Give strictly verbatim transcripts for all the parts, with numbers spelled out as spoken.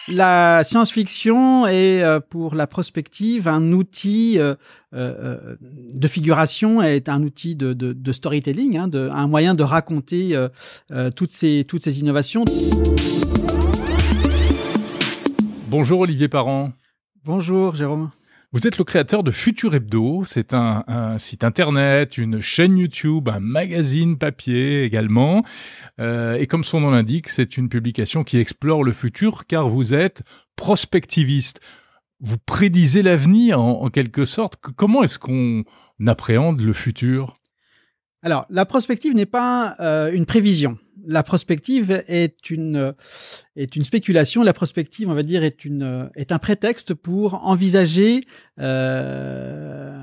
La science-fiction est, euh, pour la prospective, un outil euh, euh, de figuration, est un outil de, de, de storytelling, hein, de, un moyen de raconter euh, euh, toutes ces, toutes ces innovations. Bonjour Olivier Parent. Bonjour Jérôme. Vous êtes le créateur de Futur Hebdo, c'est un, un site internet, une chaîne YouTube, un magazine papier également. Euh, et comme son nom l'indique, c'est une publication qui explore le futur car vous êtes prospectiviste. Vous prédisez l'avenir en, en quelque sorte. Comment est-ce qu'on appréhende le futur ? Alors, la prospective n'est pas euh, une prévision. La prospective est une est une spéculation. La prospective, on va dire, est une est un prétexte pour envisager euh,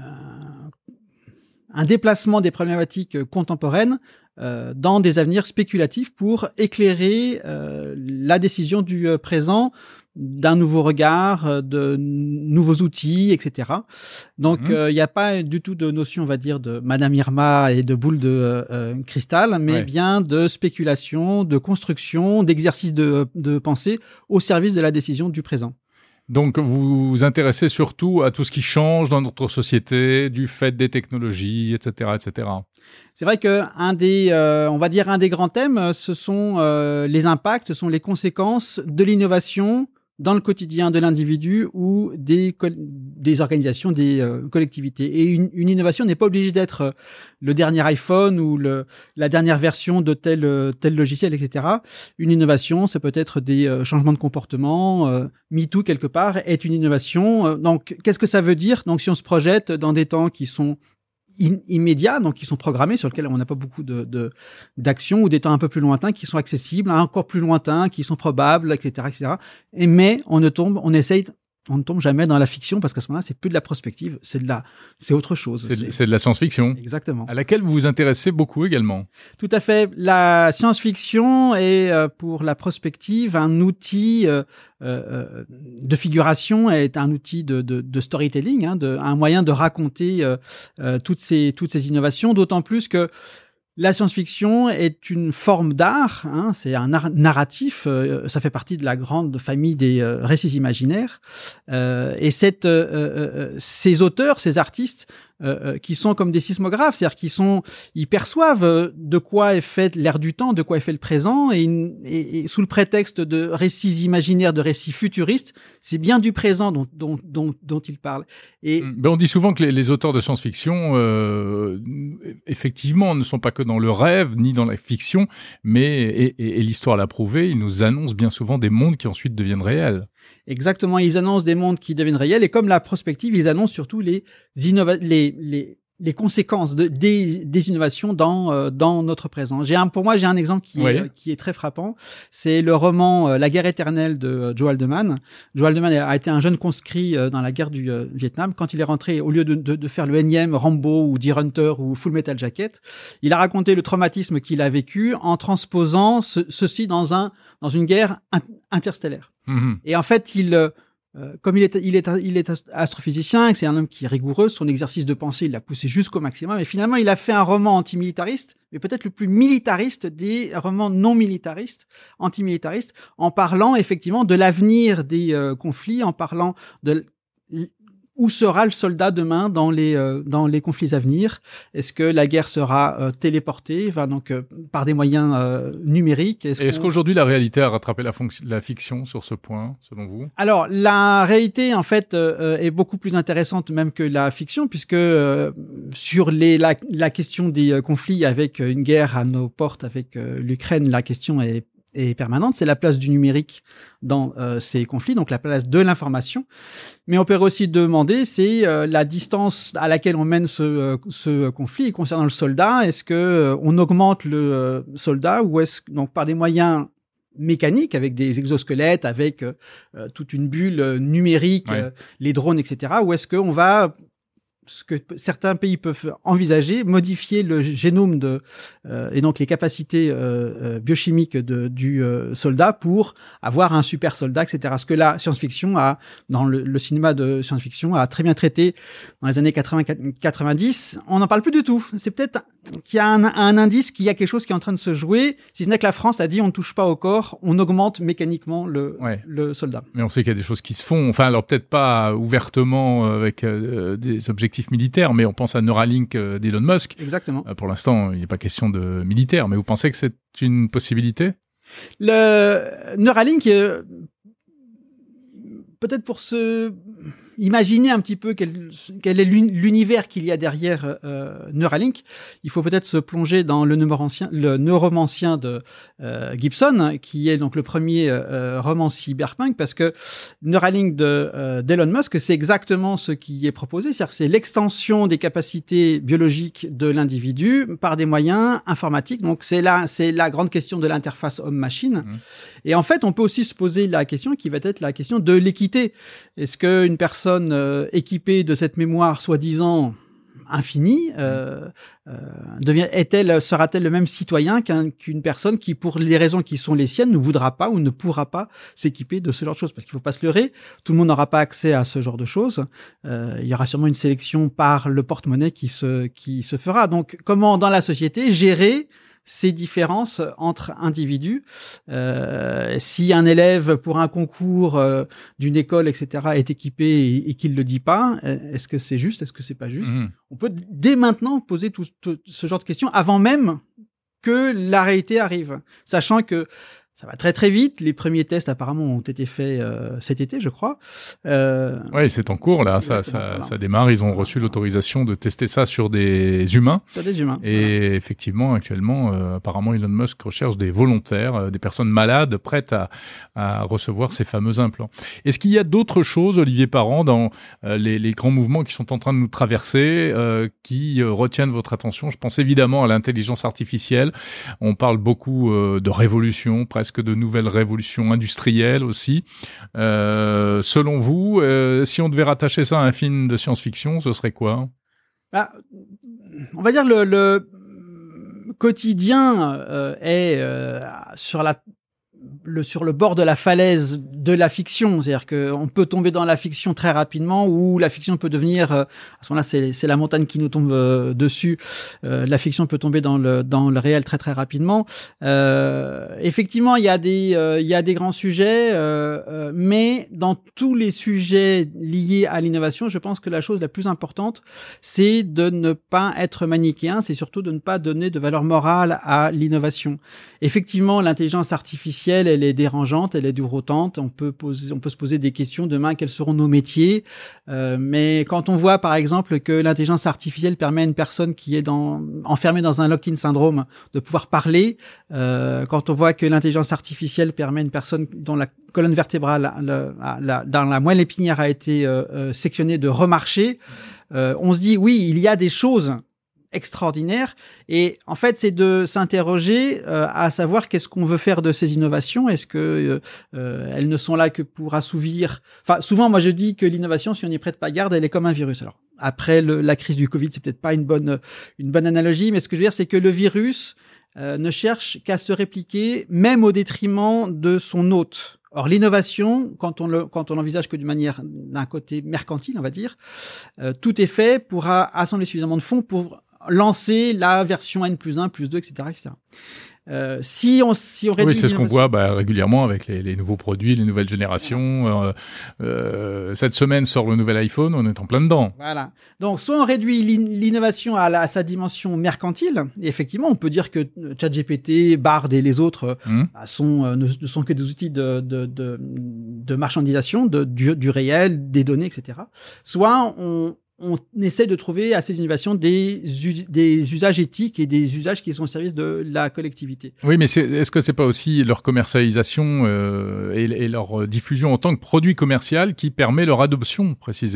un déplacement des problématiques contemporaines euh, dans des avenirs spéculatifs pour éclairer euh, la décision du présent d'un nouveau regard, de nouveaux outils, et cetera. Donc, il mmh. n'y euh, a pas du tout de notion, on va dire, de Madame Irma et de boule de euh, cristal, mais ouais. bien de spéculation, de construction, d'exercice de, de pensée au service de la décision du présent. Donc, vous vous intéressez surtout à tout ce qui change dans notre société, du fait des technologies, et cetera, et cetera. C'est vrai que un des, euh, on va dire, un des grands thèmes, ce sont euh, les impacts, ce sont les conséquences de l'innovation dans le quotidien de l'individu ou des, co- des organisations, des euh, collectivités. Et une, une innovation n'est pas obligée d'être le dernier iPhone ou le, la dernière version de tel, tel logiciel, et cetera. Une innovation, c'est peut-être des euh, changements de comportement. Euh, MeToo, quelque part, est une innovation. Euh, donc, qu'est-ce que ça veut dire ? Donc, si on se projette dans des temps qui sont In, immédiats, donc qui sont programmés, sur lesquels on n'a pas beaucoup de, de d'actions, ou des temps un peu plus lointains qui sont accessibles, encore plus lointains, qui sont probables, et cetera, et cetera. Et mais on ne tombe, on essaye, on ne tombe jamais dans la fiction parce qu'à ce moment-là, c'est plus de la prospective, c'est de la, c'est autre chose. C'est, c'est... c'est de la science-fiction. Exactement. À laquelle vous vous intéressez beaucoup également. Tout à fait. La science-fiction est, euh, pour la prospective, un outil euh, euh, de figuration, est un outil de, de, de storytelling, hein, de, un moyen de raconter euh, euh, toutes ces, toutes ces innovations, d'autant plus que la science-fiction est une forme d'art, hein, c'est un art narratif, euh, ça fait partie de la grande famille des euh, récits imaginaires. Euh, et cette, euh, euh, ces auteurs, ces artistes, euh, qui sont comme des sismographes, c'est-à-dire qu'ils sont, ils perçoivent de quoi est fait l'air du temps, de quoi est fait le présent, et, et, et sous le prétexte de récits imaginaires, de récits futuristes, c'est bien du présent dont, dont, dont, dont ils parlent. Et ben on dit souvent que les, les auteurs de science-fiction, euh, effectivement, ne sont pas que dans le rêve, ni dans la fiction, mais, et, et, et l'histoire l'a prouvé, ils nous annoncent bien souvent des mondes qui ensuite deviennent réels. Exactement, ils annoncent des mondes qui deviennent réels, et comme la prospective, ils annoncent surtout les, innova- les, les, les conséquences de, des, des innovations dans, euh, dans notre présent. J'ai un, pour moi, j'ai un exemple qui, oui. est, qui est très frappant. C'est le roman euh, La guerre éternelle de euh, Joe Haldeman. Joe Haldeman a été un jeune conscrit euh, dans la guerre du euh, Vietnam. Quand il est rentré, au lieu de, de, de faire le énième Rambo ou Deer Hunter ou Full Metal Jacket, il a raconté le traumatisme qu'il a vécu en transposant ce, ceci dans, un, dans une guerre in- interstellaire. Mmh. Et en fait, il, euh, comme il est, il est, il est astrophysicien, et que c'est un homme qui est rigoureux, son exercice de pensée, il l'a poussé jusqu'au maximum. Et finalement, il a fait un roman antimilitariste, mais peut-être le plus militariste des romans non militaristes, antimilitaristes, en parlant effectivement de l'avenir des euh, conflits, en parlant de où sera le soldat demain dans les euh, dans les conflits à venir ? Est-ce que la guerre sera euh, téléportée, enfin, donc euh, par des moyens euh, numériques ? Est-ce, Est-ce qu'aujourd'hui la réalité a rattrapé la, fonc- la fiction sur ce point, selon vous ? Alors la réalité en fait euh, est beaucoup plus intéressante même que la fiction, puisque euh, sur les la, la question des euh, conflits avec une guerre à nos portes avec euh, l'Ukraine, la question est est permanente, c'est la place du numérique dans euh, ces conflits, donc la place de l'information. Mais on peut aussi demander, c'est euh, la distance à laquelle on mène ce, euh, ce conflit. Et concernant le soldat, est-ce que euh, on augmente le euh, soldat ou est-ce donc par des moyens mécaniques, avec des exosquelettes, avec euh, toute une bulle numérique, ouais. euh, les drones, et cetera, ou est-ce qu'on va ce que certains pays peuvent envisager, modifier le génome de euh, et donc les capacités euh, euh, biochimiques de, du euh, soldat pour avoir un super soldat, et cetera. Ce que la science-fiction a, dans le, le cinéma de science-fiction, a très bien traité dans les années quatre-vingts quatre-vingt-dix. On n'en parle plus du tout. C'est peut-être qu'il y a un, un indice qu'il y a quelque chose qui est en train de se jouer, si ce n'est que la France a dit on ne touche pas au corps, on augmente mécaniquement le, ouais. le soldat. Mais on sait qu'il y a des choses qui se font, enfin alors peut-être pas ouvertement avec euh, des objectifs militaires, mais on pense à Neuralink euh, d'Elon Musk. Exactement. Euh, pour l'instant, il n'est pas question de militaire, mais vous pensez que c'est une possibilité ? Le Neuralink, euh, peut-être pour se imaginer un petit peu quel, quel est l'univers qu'il y a derrière euh, Neuralink, il faut peut-être se plonger dans le neuromancien, le neuromancien de euh, Gibson, qui est donc le premier euh, roman cyberpunk, parce que Neuralink de euh, d'Elon Musk, c'est exactement ce qui est proposé, c'est-à-dire que c'est l'extension des capacités biologiques de l'individu par des moyens informatiques. Donc c'est là, c'est la grande question de l'interface homme-machine. Mmh. Et en fait, on peut aussi se poser la question qui va être la question de l'équité. Est-ce qu'une personne Euh, équipée de cette mémoire soi-disant infinie euh, euh, devient, est-elle, sera-t-elle le même citoyen qu'un, qu'une personne qui, pour les raisons qui sont les siennes, ne voudra pas ou ne pourra pas s'équiper de ce genre de choses? Parce qu'il ne faut pas se leurrer, tout le monde n'aura pas accès à ce genre de choses. Euh, il y aura sûrement une sélection par le porte-monnaie qui se, qui se fera. Donc, comment, dans la société, gérer ces différences entre individus. Euh, si un élève, pour un concours euh, d'une école, et cetera, est équipé et, et qu'il le dit pas, est-ce que c'est juste? Est-ce que c'est pas juste? Mmh. On peut dès maintenant poser tout, tout ce genre de questions avant même que la réalité arrive, sachant que ça va très très vite. Les premiers tests apparemment ont été faits euh, cet été, je crois. Euh... Oui, c'est en cours là. Ça, ça, voilà. ça démarre. Ils ont reçu l'autorisation de tester ça sur des humains. Sur des humains. Et voilà. Effectivement, actuellement, euh, apparemment, Elon Musk recherche des volontaires, euh, des personnes malades prêtes à, à recevoir ces fameux implants. Est-ce qu'il y a d'autres choses, Olivier Parent, dans euh, les, les grands mouvements qui sont en train de nous traverser, euh, qui euh, retiennent votre attention? Je pense évidemment à l'intelligence artificielle. On parle beaucoup euh, de révolution, presque que de nouvelles révolutions industrielles aussi. Euh, selon vous, euh, si on devait rattacher ça à un film de science-fiction, ce serait quoi? Bah, on va dire le, le quotidien euh, est euh, sur la Le, sur le bord de la falaise de la fiction, c'est-à-dire qu'on peut tomber dans la fiction très rapidement ou la fiction peut devenir, euh, à ce moment-là c'est, c'est la montagne qui nous tombe euh, dessus, euh, la fiction peut tomber dans le, dans le réel très très rapidement. Euh, effectivement, il y a des, euh, il y a des grands sujets, euh, euh, mais dans tous les sujets liés à l'innovation, je pense que la chose la plus importante, c'est de ne pas être manichéen, c'est surtout de ne pas donner de valeur morale à l'innovation. Effectivement, l'intelligence artificielle, elle est dérangeante, elle est déroutante. On peut poser, on peut se poser des questions demain, quels seront nos métiers. Euh, mais quand on voit, par exemple, que l'intelligence artificielle permet à une personne qui est dans, enfermée dans un lock-in syndrome de pouvoir parler, euh, quand on voit que l'intelligence artificielle permet à une personne dont la colonne vertébrale, la, la, la, dans la moelle épinière a été euh, euh, sectionnée de remarcher, euh, on se dit, oui, il y a des choses extraordinaire. Et en fait, c'est de s'interroger euh, à savoir qu'est-ce qu'on veut faire de ces innovations. Est-ce que euh, elles ne sont là que pour assouvir... Enfin, souvent, moi, je dis que l'innovation, si on n'y prête pas garde, elle est comme un virus. Alors, après le, la crise du Covid, c'est peut-être pas une bonne, une bonne analogie, mais ce que je veux dire, c'est que le virus euh, ne cherche qu'à se répliquer, même au détriment de son hôte. Or, l'innovation, quand on le, quand on l'envisage que d'une manière, d'un côté mercantile, on va dire, euh, tout est fait pour assembler suffisamment de fonds pour lancer la version N plus un, plus deux, et cetera, et cetera. Euh, si on, si on réduit oui, c'est ce qu'on voit bah, régulièrement avec les, les nouveaux produits, les nouvelles générations. Euh, euh, cette semaine sort le nouvel iPhone, on est en plein dedans. Voilà. Donc, soit on réduit l'innovation à, la, à sa dimension mercantile, et effectivement, on peut dire que ChatGPT, Bard et les autres mmh. bah, sont, euh, ne, ne sont que des outils de, de, de, de marchandisation, de, du, du réel, des données, et cetera. Soit on on essaie de trouver à ces innovations des, des usages éthiques et des usages qui sont au service de la collectivité. Oui, mais c'est, est-ce que c'est pas aussi leur commercialisation euh, et, et leur diffusion en tant que produit commercial qui permet leur adoption, précisément ?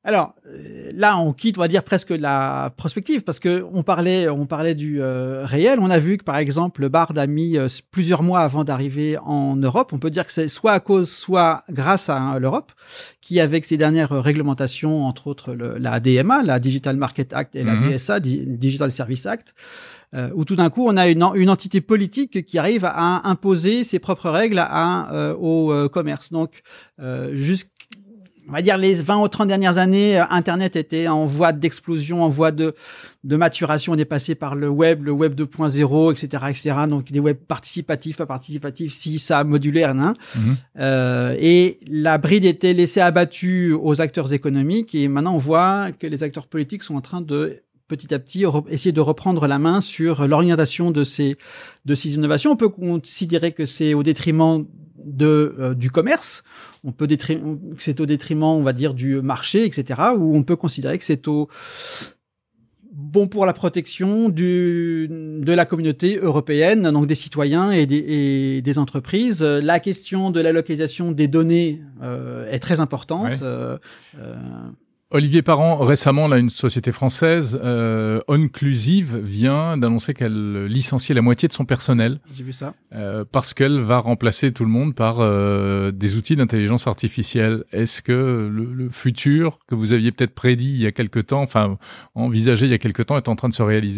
Alors là, on quitte, on va dire presque la prospective, parce que on parlait, on parlait du euh, réel. On a vu que par exemple, Bard a mis euh, plusieurs mois avant d'arriver en Europe. On peut dire que c'est soit à cause, soit grâce à hein, l'Europe, qui avec ses dernières réglementations, entre autres le, la D M A, la Digital Market Act, et la mm-hmm. D S A, Digital Service Act, euh, où tout d'un coup on a une, une entité politique qui arrive à imposer ses propres règles à, euh, au euh, commerce. Donc euh, jusqu'à on va dire les vingt ou trente dernières années, Internet était en voie d'explosion, en voie de, de maturation. On est passé par le web, le web deux point zéro, et cetera, et cetera. Donc, des web participatifs, pas participatifs, si ça modulaire, hein. Mm-hmm. Euh, et la bride était laissée abattue aux acteurs économiques. Et maintenant, on voit que les acteurs politiques sont en train de petit à petit essayer de reprendre la main sur l'orientation de ces, de ces innovations. On peut considérer que c'est au détriment de euh, du commerce, on peut détri- que c'est au détriment, on va dire, du marché, et cetera. Ou on peut considérer que c'est au bon pour la protection du de la communauté européenne, donc des citoyens et des, et des entreprises. La question de la localisation des données euh, est très importante. Ouais. Euh, euh, Olivier Parent, récemment, là, une société française, euh, Onclusive, vient d'annoncer qu'elle licencie la moitié de son personnel. J'ai vu ça. Euh, parce qu'elle va remplacer tout le monde par euh, des outils d'intelligence artificielle. Est-ce que le, le futur que vous aviez peut-être prédit il y a quelque temps, enfin envisagé il y a quelque temps, est en train de se réaliser ?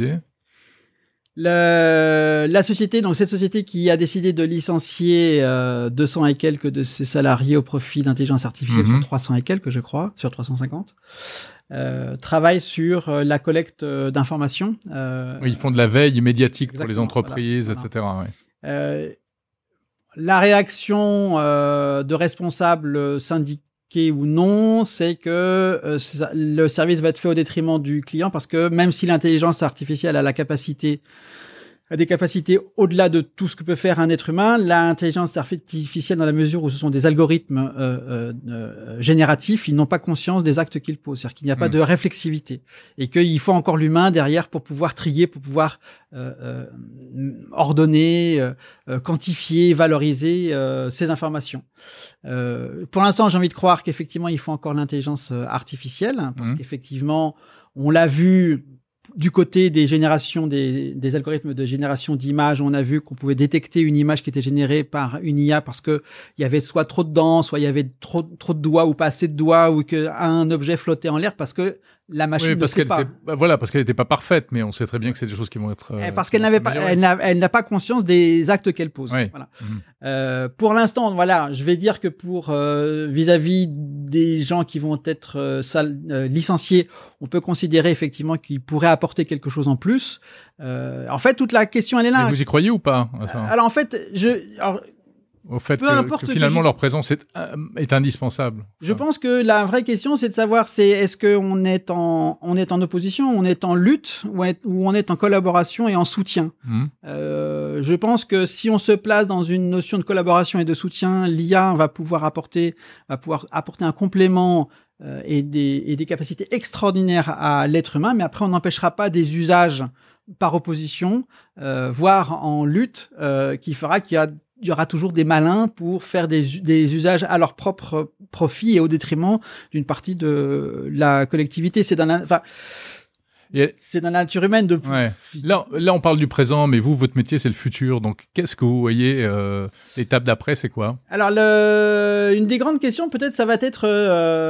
Le, la société, donc cette société qui a décidé de licencier euh, deux cents et quelques de ses salariés au profit d'intelligence artificielle, mm-hmm. sur trois cents et quelques, je crois, sur trois cent cinquante, euh, travaille sur euh, la collecte euh, d'informations. Euh, oui, ils font de la veille médiatique pour les entreprises, voilà, et cetera. Voilà. Ouais. Euh, la réaction euh, de responsables syndics ou non, c'est que euh, le service va être fait au détriment du client, parce que même si l'intelligence artificielle a la capacité, a des capacités au-delà de tout ce que peut faire un être humain, l'intelligence artificielle, dans la mesure où ce sont des algorithmes euh, euh, génératifs, ils n'ont pas conscience des actes qu'ils posent, c'est-à-dire qu'il n'y a mmh. pas de réflexivité, et qu'il faut encore l'humain derrière pour pouvoir trier, pour pouvoir euh, euh, ordonner, euh, quantifier, valoriser euh, ces informations. Euh, pour l'instant, j'ai envie de croire qu'effectivement, il faut encore l'intelligence artificielle, parce mmh. qu'effectivement, on l'a vu du côté des générations, des, des algorithmes de génération d'images, on a vu qu'on pouvait détecter une image qui était générée par une I A parce que il y avait soit trop de dents, soit il y avait trop, trop de doigts ou pas assez de doigts, ou qu'un objet flottait en l'air parce que la machine oui, parce ne sait qu'elle pas. Était, bah voilà, parce qu'elle n'était pas parfaite, mais on sait très bien que c'est des choses qui vont être. Euh, parce qu'elle n'avait pas, elle n'a, elle n'a pas conscience des actes qu'elle pose. Oui. Voilà. Mmh. Euh, pour l'instant, voilà, je vais dire que pour euh, vis-à-vis des gens qui vont être euh, sal, euh, licenciés, on peut considérer effectivement qu'ils pourraient apporter quelque chose en plus. Euh, en fait, toute la question, elle est là. Mais vous y croyez ou pas à ça ? Alors en fait, je. Alors, au fait que, que finalement que leur présence est, euh, est indispensable. Je pense que la vraie question, c'est de savoir, c'est est-ce qu'on est en, on est en opposition, on est en lutte, ou, est, ou on est en collaboration et en soutien. Mmh. Euh, je pense que si on se place dans une notion de collaboration et de soutien, l'I A va pouvoir apporter, va pouvoir apporter un complément euh, et, des, et des capacités extraordinaires à l'être humain, mais après on n'empêchera pas des usages par opposition, euh, voire en lutte, euh, qui fera qu'il y a il y aura toujours des malins pour faire des, des usages à leur propre profit et au détriment d'une partie de la collectivité. C'est dans la, enfin, a... c'est dans la nature humaine de. Ouais. Là, là, on parle du présent, mais vous, votre métier, c'est le futur. Donc, qu'est-ce que vous voyez euh, l'étape d'après, c'est quoi ? Alors, le... une des grandes questions, peut-être, ça va être euh,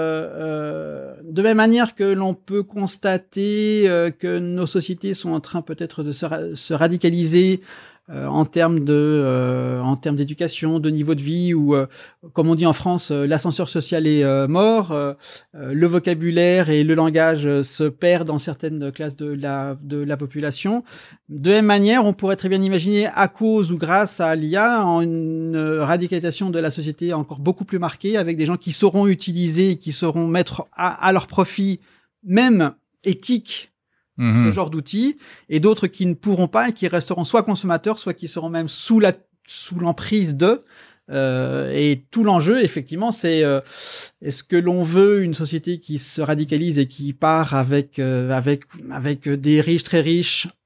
euh, de même manière que l'on peut constater euh, que nos sociétés sont en train peut-être de se, ra- se radicaliser. Euh, en termes de, euh, en termes d'éducation, de niveau de vie, ou euh, comme on dit en France, euh, l'ascenseur social est euh, mort, euh, euh, le vocabulaire et le langage euh, se perdent dans certaines classes de la de la population. De même manière, on pourrait très bien imaginer, à cause ou grâce à l'I A, en une radicalisation de la société encore beaucoup plus marquée, avec des gens qui sauront utiliser, qui sauront mettre à, à leur profit, même éthique, Mmh. ce genre d'outils, et d'autres qui ne pourront pas et qui resteront soit consommateurs, soit qui seront même sous la sous l'emprise de. Euh, et tout l'enjeu, effectivement, c'est euh, est-ce que l'on veut une société qui se radicalise et qui part avec euh, avec avec des riches très riches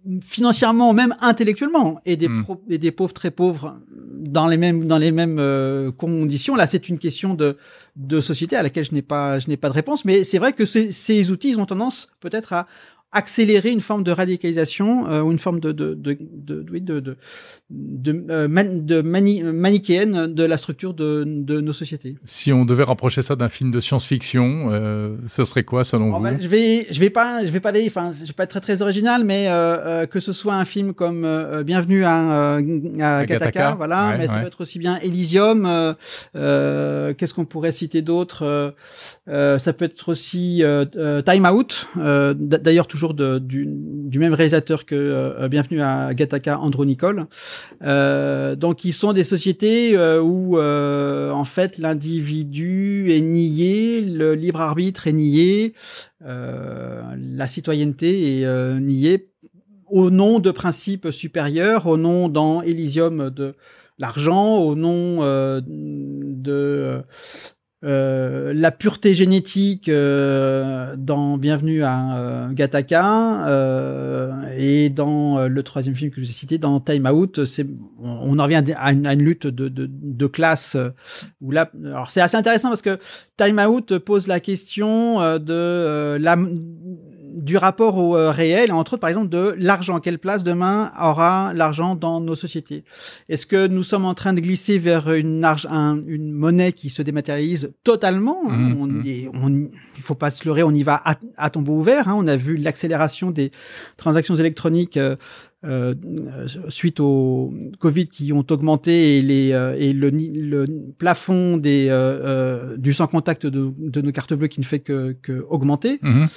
financièrement, même intellectuellement, et des, mmh. pro- et des pauvres très pauvres dans les mêmes dans les mêmes euh, conditions. Là, c'est une question de de société à laquelle je n'ai pas je n'ai pas de réponse, mais c'est vrai que ces, ces outils, ils ont tendance peut-être à accélérer une forme de radicalisation euh, ou une forme de de de de de, de, de, de, euh, man, de mani, manichéenne de la structure de, de nos sociétés. Si on devait rapprocher ça d'un film de science-fiction, euh, ce serait quoi selon oh, vous? ben, Je vais je vais pas je vais pas aller enfin je vais pas être très très original, mais euh, euh, que ce soit un film comme euh, Bienvenue à, euh, à Gattaca, voilà, ouais, mais ça ouais. peut être aussi bien Elysium. Euh, euh, qu'est-ce qu'on pourrait citer d'autre? euh, euh, Ça peut être aussi euh, euh, Time Out. Euh, d'ailleurs toujours De, du, du même réalisateur que euh, Bienvenue à Gattaca, Andrew Niccol. Euh, donc, ils sont des sociétés euh, où, euh, en fait, l'individu est nié, le libre arbitre est nié, euh, la citoyenneté est euh, niée au nom de principes supérieurs, au nom, dans Elysium, de l'argent, au nom euh, de... Euh, la pureté génétique euh, dans Bienvenue à euh, Gattaca euh, et dans euh, le troisième film que je vous ai cité, dans Time Out, c'est, on, on en revient à une, à une lutte de, de, de classe euh, où là, alors c'est assez intéressant parce que Time Out pose la question euh, de euh, la du rapport au euh, réel, entre autres, par exemple, de l'argent. Quelle place demain aura l'argent dans nos sociétés? Est-ce que nous sommes en train de glisser vers une, arge, un, une monnaie qui se dématérialise totalement? Mmh, hein, on, mmh. et on, il faut pas se leurrer, on y va à, à tombeau ouvert. Hein, on a vu l'accélération des transactions électroniques euh, Euh, suite au Covid qui ont augmenté et, les, euh, et le, le plafond des, euh, euh, du sans contact de, de nos cartes bleues qui ne fait que, que augmenter. Mmh.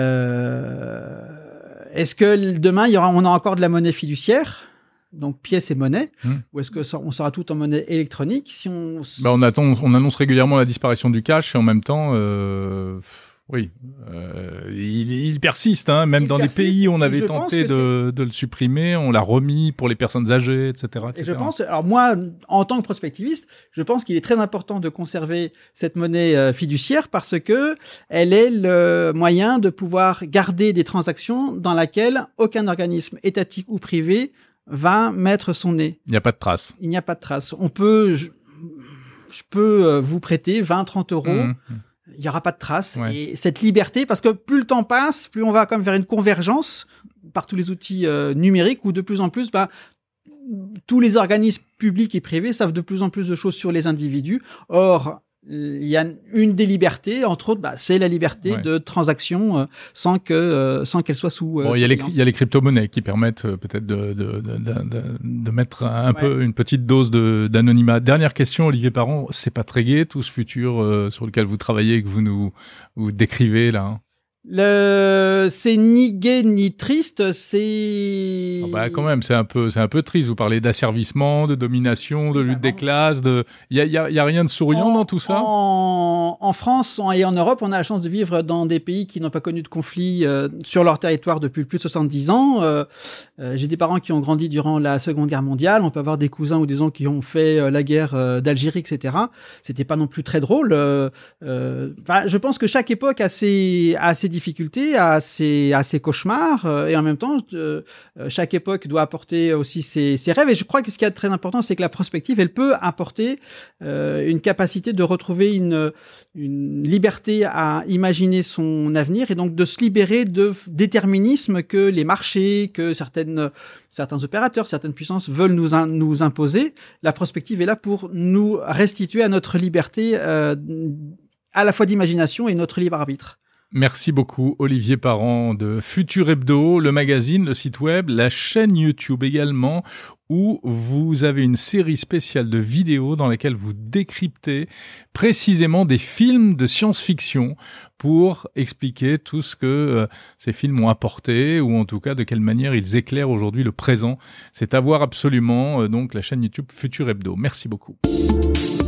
Euh, est-ce que demain il y aura, on a encore de la monnaie fiduciaire? Donc pièces et monnaie, mmh. ou est-ce que ça, on sera tout en monnaie électronique? Si on, bah on attend, on annonce régulièrement la disparition du cash et en même temps. Euh... Oui, euh, il, il persiste, hein, même il dans persiste, des pays où on avait tenté de, de le supprimer, on l'a remis pour les personnes âgées, et cetera, et cetera. Et je pense, alors moi, en tant que prospectiviste, je pense qu'il est très important de conserver cette monnaie euh, fiduciaire parce que elle est le moyen de pouvoir garder des transactions dans lesquelles aucun organisme étatique ou privé va mettre son nez. Il n'y a pas de trace. Il n'y a pas de trace. On peut, je, je peux vous prêter vingt, trente euros. Mmh. Il n'y aura pas de traces. Ouais. Et cette liberté, parce que plus le temps passe, plus on va comme vers une convergence par tous les outils euh, numériques où de plus en plus, bah, tous les organismes publics et privés savent de plus en plus de choses sur les individus. Or, il y a une des libertés, entre autres, bah, c'est la liberté ouais. de transaction euh, sans que euh, sans qu'elle soit sous. Euh, bon, il y a les il y a les crypto-monnaies qui permettent euh, peut-être de de, de de de de mettre un ouais. peu une petite dose de d'anonymat. Dernière question, Olivier Parent, c'est pas très gai tout ce futur euh, sur lequel vous travaillez et que vous nous vous décrivez là. Hein. Le, c'est ni gai ni triste, c'est. Oh bah quand même, c'est un peu, c'est un peu triste. Vous parlez d'asservissement, de domination, de lutte des classes. De, il y a, il y a, il y a rien de souriant en, dans tout ça. En, en France et en Europe, on a la chance de vivre dans des pays qui n'ont pas connu de conflit euh, sur leur territoire depuis plus de soixante-dix ans. Euh, euh, j'ai des parents qui ont grandi durant la Seconde Guerre mondiale. On peut avoir des cousins ou des gens qui ont fait euh, la guerre euh, d'Algérie, et cetera. C'était pas non plus très drôle. Euh, euh, je pense que chaque époque a ses, a ses difficultés, à ses, à ses cauchemars, euh, et en même temps, euh, chaque époque doit apporter aussi ses, ses rêves. Et je crois que ce qui est très important, c'est que la prospective, elle peut apporter euh, une capacité de retrouver une, une liberté à imaginer son avenir et donc de se libérer de déterminismes que les marchés, que certaines, certains opérateurs, certaines puissances veulent nous, in, nous imposer. La prospective est là pour nous restituer à notre liberté euh, à la fois d'imagination et notre libre arbitre. Merci beaucoup Olivier Parent de Futur Hebdo, le magazine, le site web, la chaîne YouTube également, où vous avez une série spéciale de vidéos dans laquelle vous décryptez précisément des films de science-fiction pour expliquer tout ce que euh, ces films ont apporté ou en tout cas de quelle manière ils éclairent aujourd'hui le présent. C'est à voir absolument, euh, donc la chaîne YouTube Futur Hebdo. Merci beaucoup.